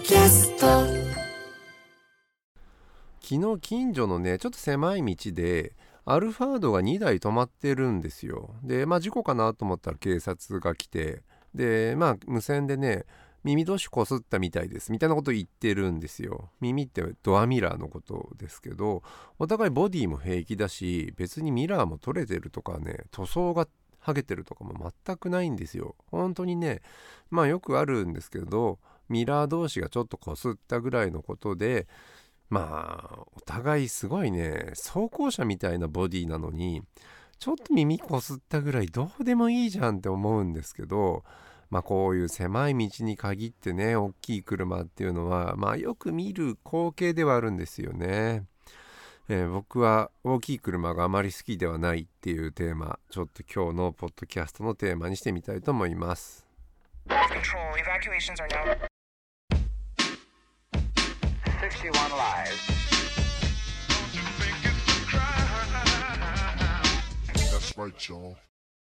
キャスト。 昨日近所のねちょっと狭い道でアルファードが2台止まってるんですよ。で事故かなと思ったら警察が来て、で無線でね、耳同士こすったみたいですみたいなこと言ってるんですよ。耳ってドアミラーのことですけど、お互いボディも平気だし、別にミラーも取れてるとかね、塗装が剥げてるとかも全くないんですよ。本当にね、よくあるんですけど、ミラー同士がちょっとこすったぐらいのことで、お互いすごいね、装甲車みたいなボディなのに、ちょっと耳こすったぐらいどうでもいいじゃんって思うんですけど、こういう狭い道に限ってね、大きい車っていうのはよく見る光景ではあるんですよね。僕は大きい車があまり好きではないっていうテーマ、ちょっと今日のポッドキャストのテーマにしてみたいと思います。 Control, evacuations are now 61 live. That's right, y'all.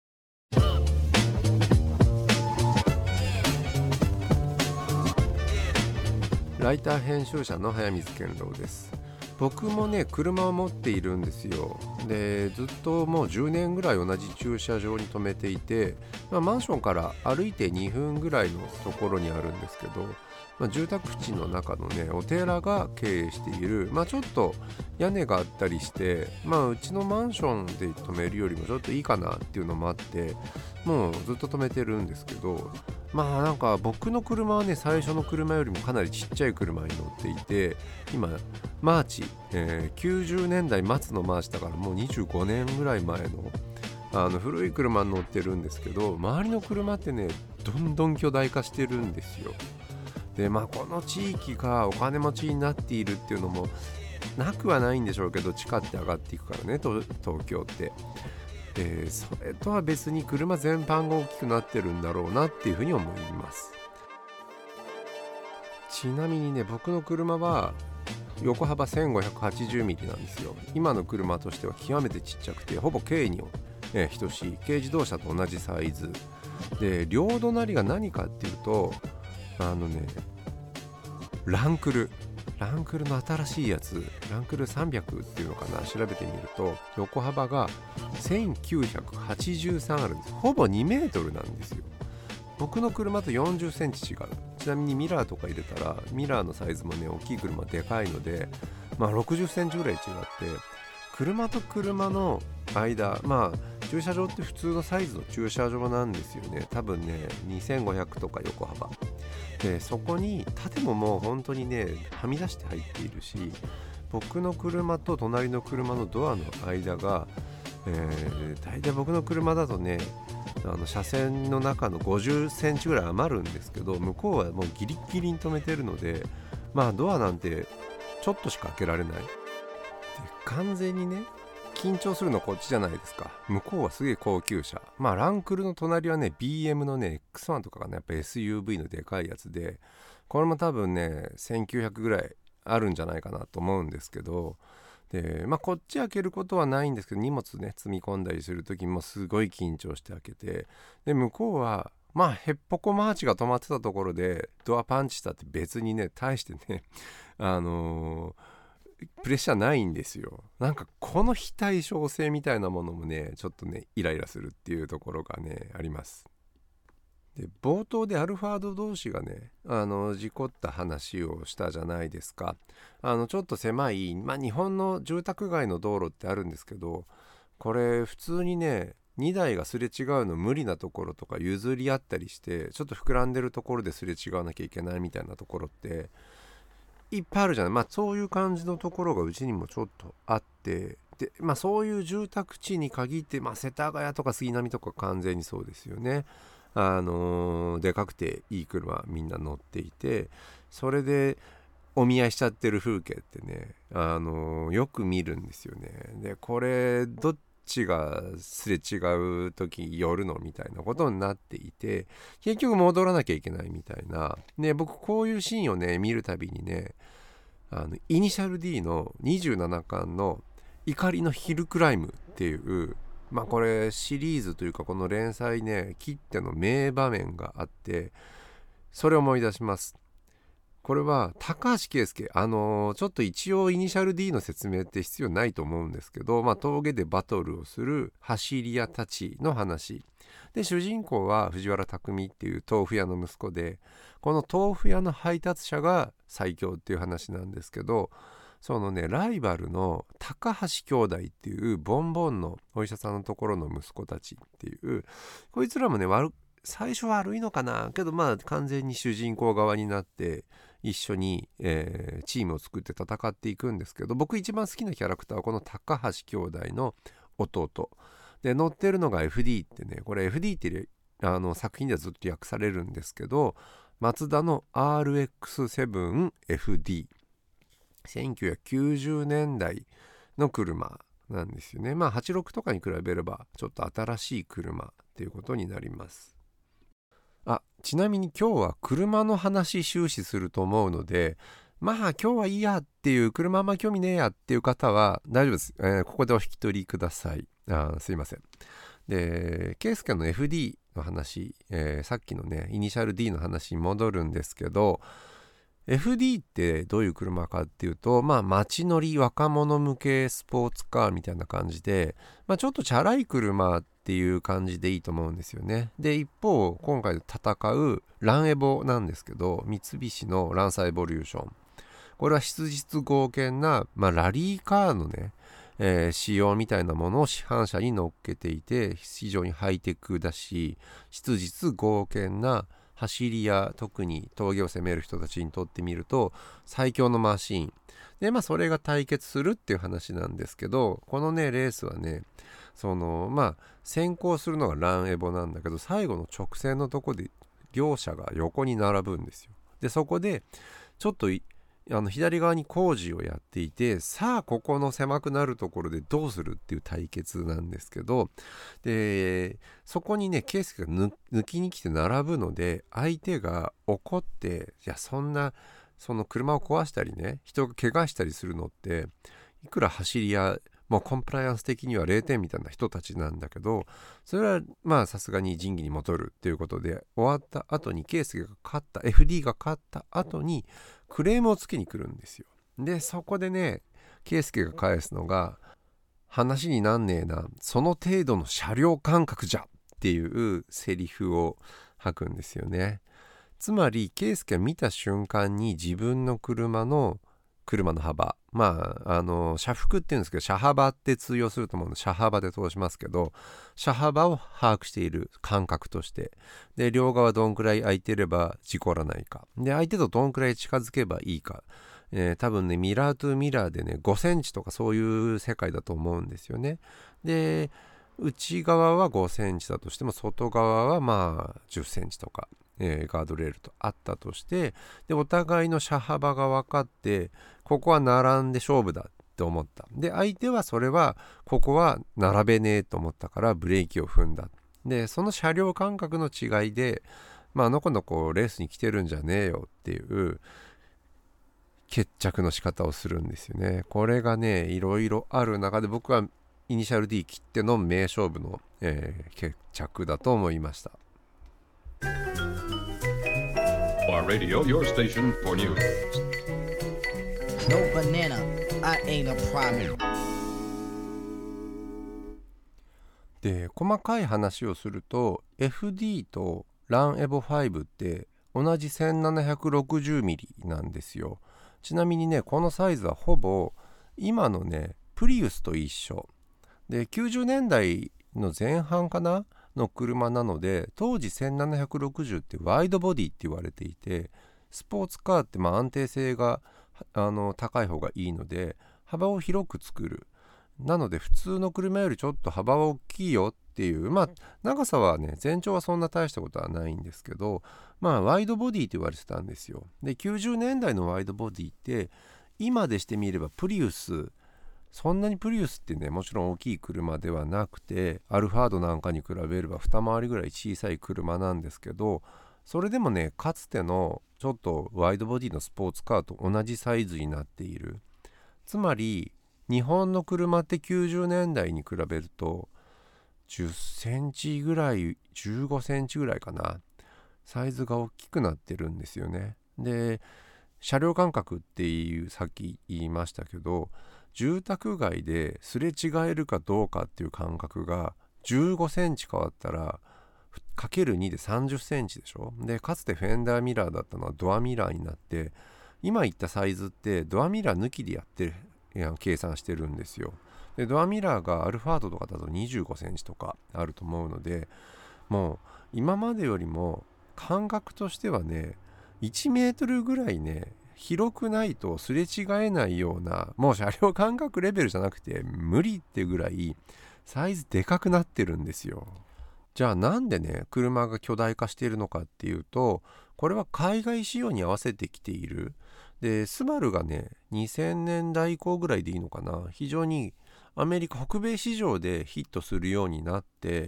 ライター編集者の早水健郎です。僕もね車を持っているんですよ。でずっともう10年ぐらい同じ駐車場に停めていて、マンションから歩いて2分ぐらいのところにあるんですけど、住宅地の中のねお寺が経営している、ちょっと屋根があったりして、うちのマンションで止めるよりもちょっといいかなっていうのもあって、もうずっと止めてるんですけど、なんか僕の車はね最初の車よりもかなりちっちゃい車に乗っていて、今マーチ、90年代末のマーチだからもう25年ぐらい前の古い車に乗ってるんですけど、周りの車ってねどんどん巨大化してるんですよ。でこの地域がお金持ちになっているっていうのもなくはないんでしょうけど、地価って上がっていくからね、東京って。それとは別に車全般が大きくなってるんだろうなっていうふうに思います。ちなみにね、僕の車は横幅1580ミリなんですよ。今の車としては極めてちっちゃくて、ほぼ軽に等しい軽自動車と同じサイズで、両隣が何かっていうとランクルの新しいやつ、ランクル300っていうのかな、調べてみると横幅が1983あるんです。ほぼ2メートルなんですよ。僕の車と40センチ違う。ちなみにミラーとか入れたら、ミラーのサイズもね大きい車でかいので、60センチぐらい違って、車と車の間、駐車場って普通のサイズの駐車場なんですよね。多分ね2500とか横幅で、そこに縦ももう本当にねはみ出して入っているし、僕の車と隣の車のドアの間が、大体僕の車だとね車線の中の50センチぐらい余るんですけど、向こうはもうギリッギリに止めてるので、ドアなんてちょっとしか開けられないで、完全にね緊張するのこっちじゃないですか。向こうはすげえ高級車、ランクルの隣はね BM のね X1 とかがねやっぱ SUV のでかいやつで、これも多分ね1900ぐらいあるんじゃないかなと思うんですけど、でこっち開けることはないんですけど、荷物ね積み込んだりする時もすごい緊張して開けて、で向こうはへっぽこマーチが止まってたところでドアパンチしたって別にね大してねプレッシャーないんですよ。なんかこの非対称性みたいなものもねちょっとねイライラするっていうところがねあります。で冒頭でアルファード同士がね事故った話をしたじゃないですか。ちょっと狭い、日本の住宅街の道路ってあるんですけど、これ普通にね2台がすれ違うの無理なところとか譲り合ったりして、ちょっと膨らんでるところですれ違わなきゃいけないみたいなところっていっぱいあるじゃない。そういう感じのところがうちにもちょっとあって、でそういう住宅地に限って、世田谷とか杉並とか完全にそうですよね。でかくていい車みんな乗っていて、それでお見合いしちゃってる風景ってねよく見るんですよね。でこれどっちがすれ違う時寄るのみたいなことになっていて、結局戻らなきゃいけないみたいなね。僕こういうシーンをね見るたびにね、イニシャル D の27巻の怒りのヒルクライムっていう、これシリーズというかこの連載ね切っての名場面があって、それを思い出します。 これは高橋圭介、ちょっと一応イニシャル D の説明って必要ないと思うんですけど、峠でバトルをする走り屋たちの話で、主人公は藤原匠っていう豆腐屋の息子で、この豆腐屋の配達者が最強っていう話なんですけど、そのね、ライバルの高橋兄弟っていうボンボンのお医者さんのところの息子たちっていう、こいつらもね、最初は悪いのかなけど、完全に主人公側になって一緒に、チームを作って戦っていくんですけど、僕一番好きなキャラクターはこの高橋兄弟の弟で、乗ってるのが FD ってね、これ FD って作品ではずっと訳されるんですけど、マツダの RX7FD、 1990年代の車なんですよね。86とかに比べればちょっと新しい車っていうことになります。ちなみに今日は車の話終始すると思うので、今日はいいやっていう、車あんま興味ねえやっていう方は大丈夫です。ここでお引き取りください。すいません。で、ケイスケの FD の話、さっきのねイニシャル D の話に戻るんですけど、FD ってどういう車かっていうと、街乗り若者向けスポーツカーみたいな感じで、ちょっとチャラい車っていう感じでいいと思うんですよね。で、一方今回戦うランエボなんですけど、三菱のランサーエボリューション、これは質実剛健な、ラリーカーのね、仕様みたいなものを市販車に乗っけていて、非常にハイテクだし、質実剛健な走りや特に峠を攻める人たちにとってみると最強のマシーンで、それが対決するっていう話なんですけど、このねレースはね、先行するのがランエボなんだけど、最後の直線のとこで両者が横に並ぶんですよ。で、そこでちょっと左側に工事をやっていて、さあここの狭くなるところでどうするっていう対決なんですけど、でそこにねケイスケが抜きに来て並ぶので、相手が怒って、いやその車を壊したりね、人が怪我したりするのって、いくら走りやもうコンプライアンス的には0点みたいな人たちなんだけど、それはさすがに仁義に戻るっていうことで、終わった後にケイスケが勝った FD が勝った後にクレームをつけに来るんですよ。で、そこでねケイスケが返すのが、話になんねえな、その程度の車両感覚じゃっていうセリフを吐くんですよね。つまりケイスケが見た瞬間に自分の車の幅、車幅っていうんですけど、車幅って通用すると思うので車幅で通しますけど、車幅を把握している感覚として、で両側どんくらい空いてれば事故らないか、で相手とどんくらい近づけばいいか、多分ねミラートゥミラーでね5センチとかそういう世界だと思うんですよね。で内側は5センチだとしても、外側は10センチとか、ガードレールとあったとして、でお互いの車幅が分かって、ここは並んで勝負だって思った。で相手はそれはここは並べねえと思ったからブレーキを踏んだ。でその車両感覚の違いで、あの子の子レースに来てるんじゃねえよっていう決着の仕方をするんですよね。これがねいろいろある中で、僕はイニシャル D 切っての名勝負の、決着だと思いました。 Radio, your station for news. No banana, I ain't a problem. で、細かい話をすると FD とランエボ5って同じ 1760mm なんですよ。ちなみにねこのサイズはほぼ今のねプリウスと一緒で、90年代の前半かなの車なので、当時1760ってワイドボディって言われていて、スポーツカーって安定性が高い方がいいので幅を広く作る。なので普通の車よりちょっと幅は大きいよっていう、長さはね全長はそんな大したことはないんですけど、ワイドボディって言われてたんですよ。で90年代のワイドボディって今でしてみればプリウス、そんなにプリウスってねもちろん大きい車ではなくて、アルファードなんかに比べれば二回りぐらい小さい車なんですけど、それでもねかつてのちょっとワイドボディのスポーツカーと同じサイズになっている。つまり日本の車って90年代に比べると10センチぐらい、15センチぐらいかな、サイズが大きくなってるんですよね。で車両間隔っていうさっき言いましたけど、住宅街ですれ違えるかどうかっていう間隔が15センチ変わったらかける2で30センチでしょ。でかつてフェンダーミラーだったのはドアミラーになって、今言ったサイズってドアミラー抜きでやってる計算してるんですよ。でドアミラーがアルファードとかだと25センチとかあると思うので、もう今までよりも感覚としてはね、1メートルぐらいね広くないとすれ違えないような、もう車両間隔レベルじゃなくて無理ってぐらいサイズでかくなってるんですよ。じゃあなんでね車が巨大化しているのかっていうと、これは海外仕様に合わせてきている。でスバルがね2000年代以降ぐらいでいいのかな、非常にアメリカ北米市場でヒットするようになって、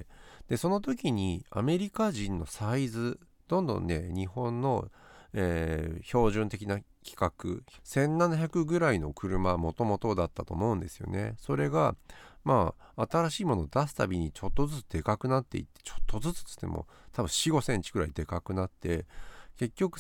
でその時にアメリカ人のサイズどんどんね日本の、標準的な規格1700ぐらいの車もともとだったと思うんですよね。それがまあ新しいものを出すたびにちょっとずつでかくなっていって、ちょっとずつつっても多分 4,5 センチぐらいでかくなって、結局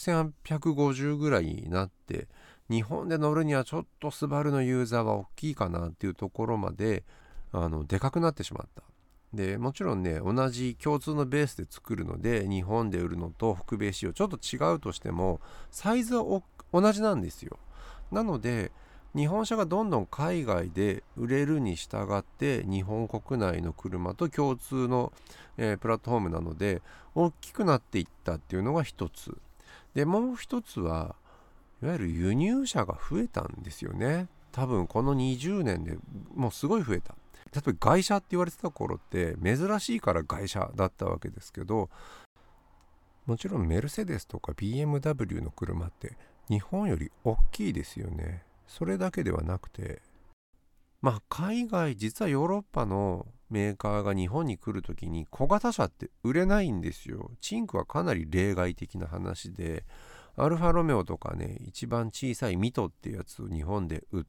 1850ぐらいになって、日本で乗るにはちょっとスバルのユーザーは大きいかなっていうところまででかくなってしまった。でもちろんね同じ共通のベースで作るので、日本で売るのと北米仕様ちょっと違うとしてもサイズは同じなんですよ。なので日本車がどんどん海外で売れるに従って、日本国内の車と共通の、プラットフォームなので大きくなっていったっていうのが一つで、もう一つはいわゆる輸入車が増えたんですよね。多分この20年でもうすごい増えた。例えば外車って言われてた頃って珍しいから外車だったわけですけど、もちろんメルセデスとか BMW の車って日本より大きいですよね。それだけではなくて、海外、実はヨーロッパのメーカーが日本に来るときに小型車って売れないんですよ。チンクはかなり例外的な話で、アルファロメオとかね、一番小さいミトっていうやつを日本で売って、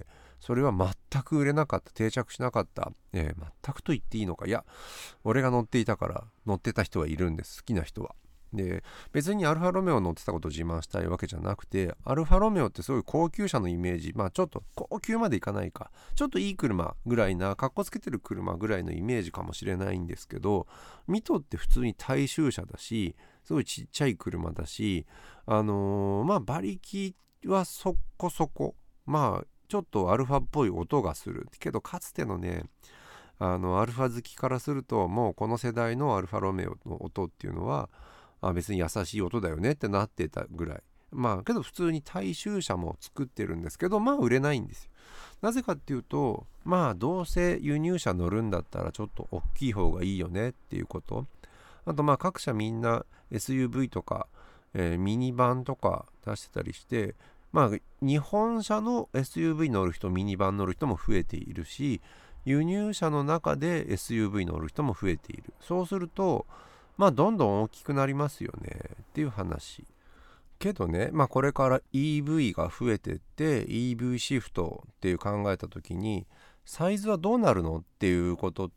それは全く売れなかった、定着しなかった、全くと言っていいのか、いや俺が乗っていたから乗ってた人はいるんです、好きな人は。で別にアルファロメオ乗ってたことを自慢したいわけじゃなくて、アルファロメオってすごい高級車のイメージ、ちょっと高級までいかないか、ちょっといい車ぐらいな、かっこつけてる車ぐらいのイメージかもしれないんですけど、ミトって普通に大衆車だし、すごいちっちゃい車だし、馬力はそこそこ、ちょっとアルファっぽい音がするけど、かつてのねアルファ好きからすると、もうこの世代のアルファロメオの音っていうのは別に優しい音だよねってなってたぐらい。けど普通に大衆車も作ってるんですけど、売れないんですよ。なぜかっていうと、どうせ輸入車乗るんだったらちょっと大きい方がいいよねっていうこと。あと各社みんな SUV とか、ミニバンとか出してたりして、日本車の SUV 乗る人、ミニバン乗る人も増えているし、輸入車の中で SUV 乗る人も増えている。そうするとどんどん大きくなりますよねっていう話。けどね、これから EV が増えてって EV シフトっていう考えた時に、サイズはどうなるのっていうことって、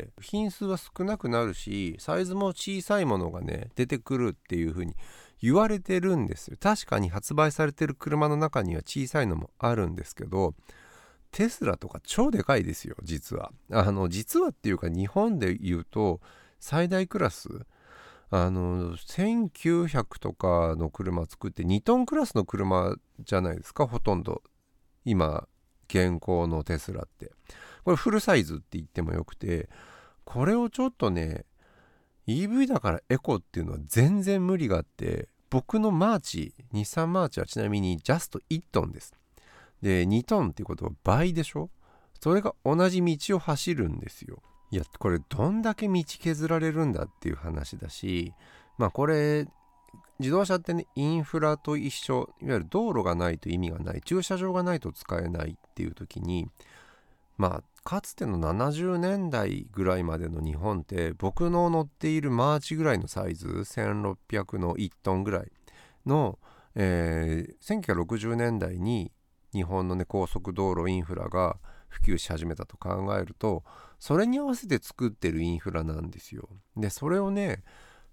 品数は少なくなるし、サイズも小さいものがね出てくるっていう風に言われてるんですよ。確かに発売されてる車の中には小さいのもあるんですけど、テスラとか超でかいですよ実は。実はっていうか、日本で言うと最大クラス1900とかの車作って2トンクラスの車じゃないですか、ほとんど今現行のテスラって。これフルサイズって言ってもよくて、これをちょっとね EV だからエコっていうのは全然無理があって、僕のマーチ、日産マーチはちなみにジャスト1トンです。で2トンっていうことは倍でしょ。それが同じ道を走るんですよ。いやこれどんだけ道削られるんだっていう話だし、これ自動車ってね、インフラと一緒、いわゆる道路がないと意味がない、駐車場がないと使えないっていう時に、かつての70年代ぐらいまでの日本って、僕の乗っているマーチぐらいのサイズ、1600の1トンぐらいの、1960年代に日本のね高速道路インフラが普及し始めたと考えると、それに合わせて作ってるインフラなんですよ。でそれをね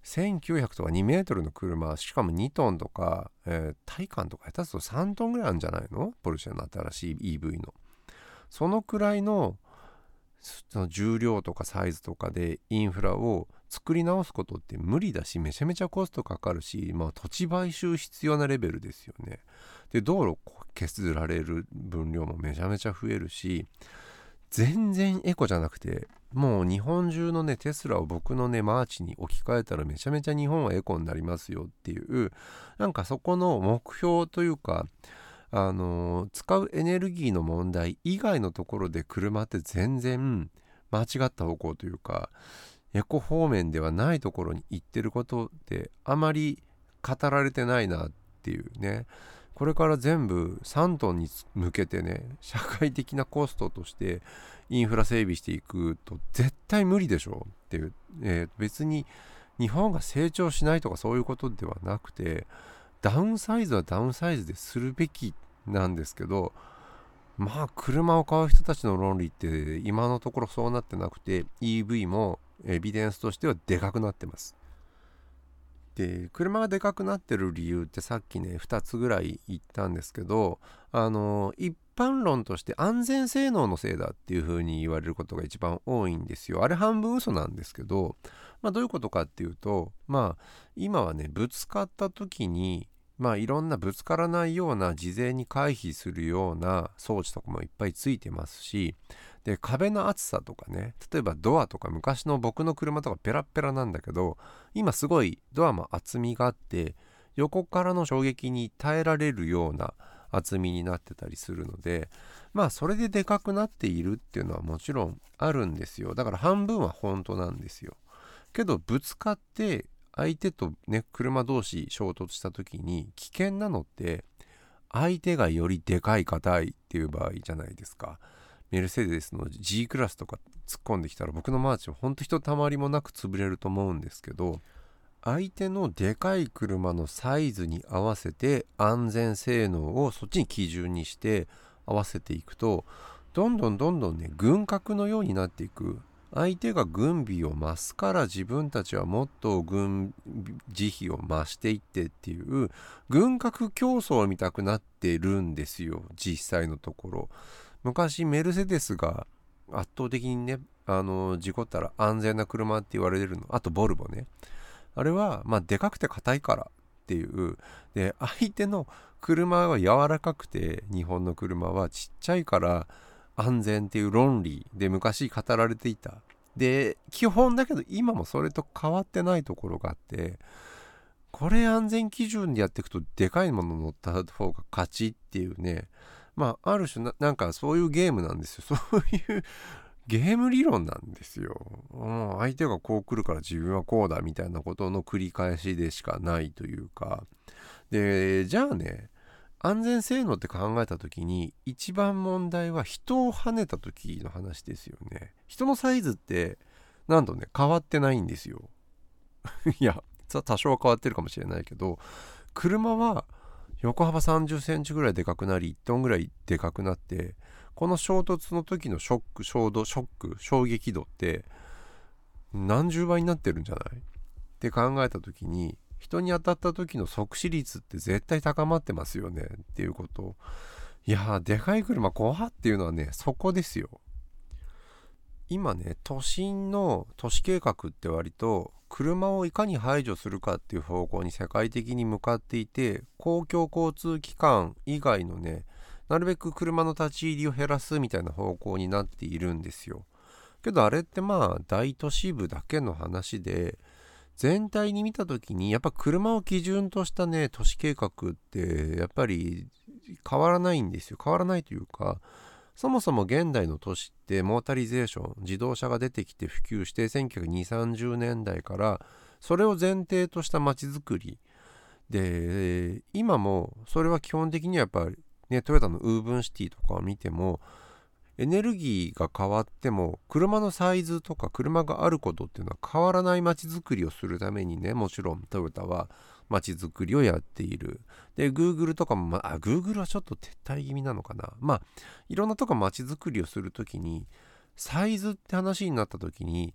1900とか2メートルの車、しかも2トンとか、体感とか下手すると3トンぐらいあるんじゃないの？ポルシェの新しい EV の。そのくらいのその重量とかサイズとかでインフラを作り直すことって無理だし、めちゃめちゃコストかかるし、土地買収必要なレベルですよね。で、道路削られる分量もめちゃめちゃ増えるし、全然エコじゃなくて、もう日本中のねテスラを僕のねマーチに置き換えたらめちゃめちゃ日本はエコになりますよっていう、なんかそこの目標というか、使うエネルギーの問題以外のところで車って全然間違った方向というか、エコ方面ではないところに行ってることってあまり語られてないなっていうね。これから全部3トンに向けてね、社会的なコストとしてインフラ整備していくと絶対無理でしょっていう、別に日本が成長しないとかそういうことではなくて、ダウンサイズはダウンサイズでするべきなんですけど、車を買う人たちの論理って今のところそうなってなくて、 EV もエビデンスとしてはでかくなってます。で、車がでかくなってる理由ってさっきね2つぐらい言ったんですけど、一般論として安全性能のせいだっていう風に言われることが一番多いんですよ。あれ半分嘘なんですけど、どういうことかっていうと、今はねぶつかった時にいろんなぶつからないような事前に回避するような装置とかもいっぱいついてますし、で壁の厚さとかね、例えばドアとか昔の僕の車とかペラッペラなんだけど、今すごいドアも厚みがあって横からの衝撃に耐えられるような厚みになってたりするので、それででかくなっているっていうのはもちろんあるんですよ。だから半分は本当なんですよ。けどぶつかって相手とね車同士衝突した時に危険なのって相手がよりでかい硬いっていう場合じゃないですか。メルセデスの G クラスとか突っ込んできたら僕のマーチはほんとひとたまりもなく潰れると思うんですけど、相手のでかい車のサイズに合わせて安全性能をそっちに基準にして合わせていくと、どんどんね軍拡のようになっていく。相手が軍備を増すから自分たちはもっと軍事費を増していってっていう軍拡競争を見たくなってるんですよ、実際のところ。昔メルセデスが圧倒的にね事故ったら安全な車って言われてるの、あとボルボね、あれはでかくて硬いからっていう。で、相手の車は柔らかくて日本の車はちっちゃいから安全っていう論理で昔語られていた。で、基本だけど今もそれと変わってないところがあって、これ安全基準でやっていくとでかいもの乗った方が勝ちっていうね、ある種なんかそういうゲームなんですよ。そういうゲーム理論なんですよ。相手がこう来るから自分はこうだみたいなことの繰り返しでしかないというか。で、じゃあね、安全性能って考えた時に一番問題は人を跳ねた時の話ですよね。人のサイズってなんとね変わってないんですよ。いや多少は変わってるかもしれないけど、車は横幅30センチぐらいでかくなり1トンぐらいでかくなって、この衝突の時の衝撃度って何十倍になってるんじゃないって考えた時に、人に当たった時の即死率って絶対高まってますよねっていうこと。いやー、でかい車怖っていうのはねそこですよ。今ね都心の都市計画って割と車をいかに排除するかっていう方向に世界的に向かっていて、公共交通機関以外のねなるべく車の立ち入りを減らすみたいな方向になっているんですよ。けどあれって大都市部だけの話で、全体に見た時にやっぱ車を基準としたね都市計画ってやっぱり変わらないんですよ。変わらないというか、そもそも現代の都市ってモータリゼーション、自動車が出てきて普及して1920、30年代からそれを前提とした街づくりで、今もそれは基本的にはやっぱりね、トヨタのウーブンシティとかを見てもエネルギーが変わっても車のサイズとか車があることっていうのは変わらない街づくりをするためにね、もちろんトヨタは街づくりをやっている。で Google とかもGoogle はちょっと撤退気味なのかな。いろんなとこ街づくりをするときにサイズって話になったときに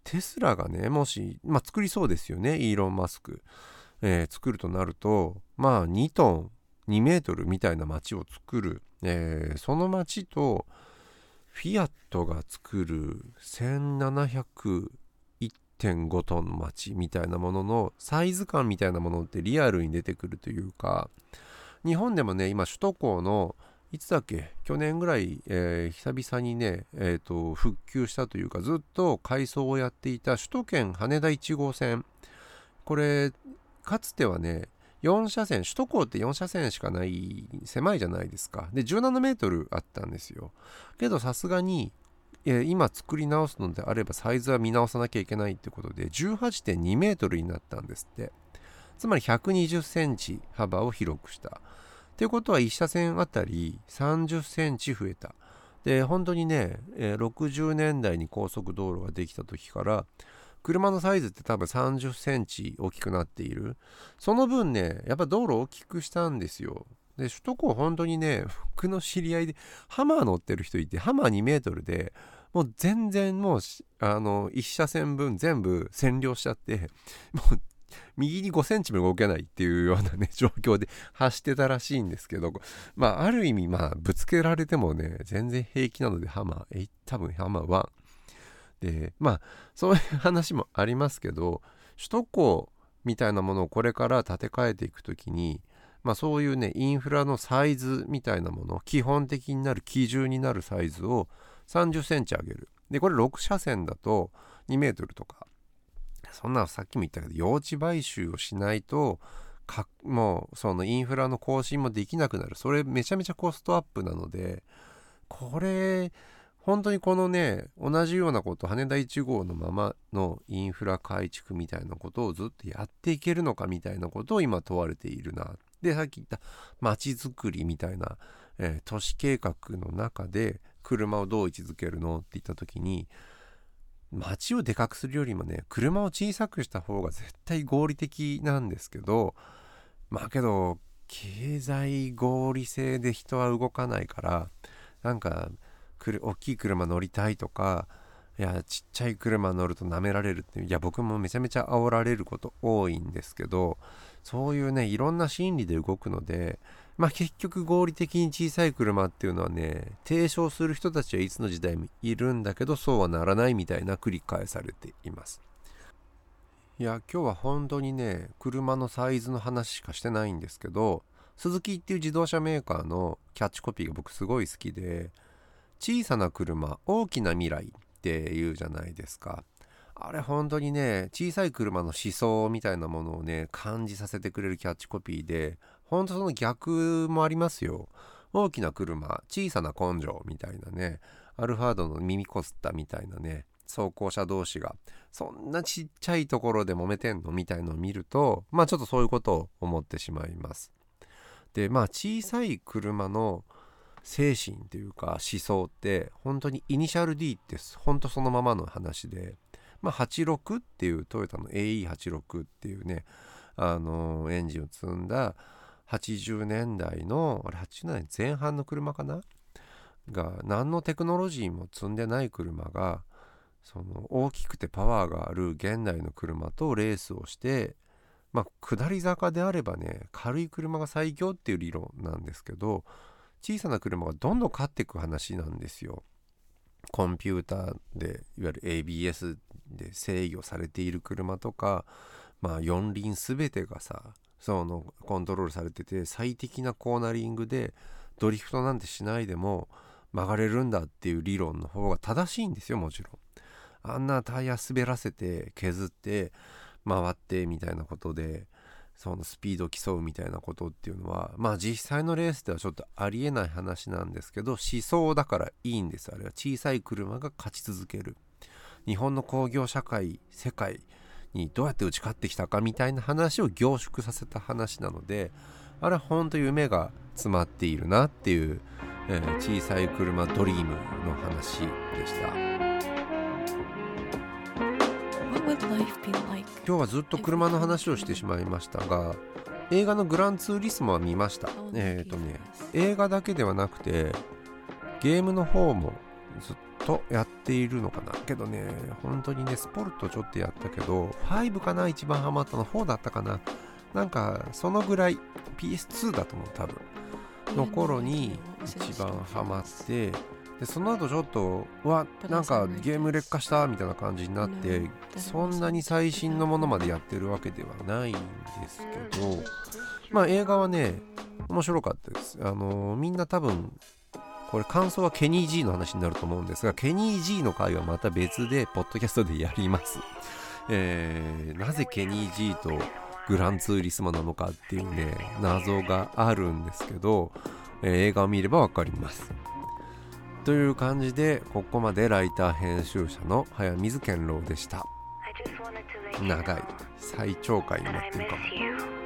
テスラがねもし、作りそうですよね、イーロン・マスク、作るとなると2トン2メートルみたいな街を作る、その街とフィアットが作る1701.5トンの街みたいなもののサイズ感みたいなものってリアルに出てくるというか、日本でもね今首都高のいつだっけ去年ぐらい、久々にね、復旧したというかずっと改装をやっていた首都圏羽田1号線、これかつてはね4車線、首都高って4車線しかない狭いじゃないですか。で17メートルあったんですよ。けどさすがに今作り直すのであればサイズは見直さなきゃいけないってことで 18.2 メートルになったんですって。つまり120センチ幅を広くしたっていうことは1車線あたり30センチ増えた。で本当にね、60年代に高速道路ができた時から車のサイズって多分30センチ大きくなっている。その分ねやっぱ道路を大きくしたんですよ。で首都高本当にね、僕の知り合いでハマー乗ってる人いて、ハマー2メートルでもう全然もう1車線分全部占領しちゃって、もう右に5センチも動けないっていうようなね状況で走ってたらしいんですけど、ある意味ぶつけられてもね全然平気なので、多分ハマー1でそういう話もありますけど、首都高みたいなものをこれから建て替えていくときに、そういうねインフラのサイズみたいなもの、基本的になる基準になるサイズを30センチ上げる。でこれ6車線だと2メートルとか、そんなのさっきも言ったけど用地買収をしないともうそのインフラの更新もできなくなる。それめちゃめちゃコストアップなので、これ本当にこのね同じようなこと、羽田1号のままのインフラ改築みたいなことをずっとやっていけるのかみたいなことを今問われているな。でさっき言った街づくりみたいな、都市計画の中で車をどう位置づけるのって言った時に、街をでかくするよりもね車を小さくした方が絶対合理的なんですけど、けど経済合理性で人は動かないから、なんか大きい車乗りたいとか、いやちっちゃい車乗ると舐められるって、いや僕もめちゃめちゃ煽られること多いんですけど、そういうねいろんな心理で動くので、結局合理的に小さい車っていうのはね提唱する人たちはいつの時代もいるんだけど、そうはならないみたいな繰り返されています。いや今日は本当にね車のサイズの話しかしてないんですけど、スズキっていう自動車メーカーのキャッチコピーが僕すごい好きで、小さな車大きな未来って言うじゃないですか。あれ本当にね小さい車の思想みたいなものをね感じさせてくれるキャッチコピーで、本当その逆もありますよ。大きな車小さな根性みたいなね、アルファードの耳こすったみたいなね走行車同士がそんなちっちゃいところで揉めてんのみたいのを見ると、ちょっとそういうことを思ってしまいます。で小さい車の精神というか思想って本当にイニシャル D って本当そのままの話で、86っていうトヨタの AE86 っていうねエンジンを積んだ80年代の80年代前半の車かなが、何のテクノロジーも積んでない車がその大きくてパワーがある現代の車とレースをして、下り坂であればね軽い車が最強っていう理論なんですけど、小さな車がどんどん勝っていく話なんですよ。コンピューターでいわゆる ABS で制御されている車とか、4輪全てがさそのコントロールされてて、最適なコーナリングでドリフトなんてしないでも曲がれるんだっていう理論の方が正しいんですよ。もちろんあんなタイヤ滑らせて削って回ってみたいなことでそのスピードを競うみたいなことっていうのは実際のレースではちょっとありえない話なんですけど、思想だからいいんです。あれは小さい車が勝ち続ける、日本の工業社会世界にどうやって打ち勝ってきたかみたいな話を凝縮させた話なので、あれは本当に夢が詰まっているなっていう、小さい車ドリームの話でした。今日はずっと車の話をしてしまいましたが、映画のグランツーリスモは見ました。映画だけではなくてゲームの方もずっとやっているのかな。けどね、本当にね、スポルトちょっとやったけど、5かな、一番ハマったの。4だったかな。なんかそのぐらい PS2 だと思う、多分の頃に一番ハマって、でその後ちょっとなんかゲーム劣化したみたいな感じになって、そんなに最新のものまでやってるわけではないんですけど、まあ映画はね面白かったです。みんな多分これ感想はケニー G の話になると思うんですが、ケニー G の回はまた別でポッドキャストでやります。なぜケニー G とグランツーリスモなのかっていうね謎があるんですけど、映画を見ればわかります。という感じで、ここまでライター編集者の早水健郎でした。長い最長回になってるかも。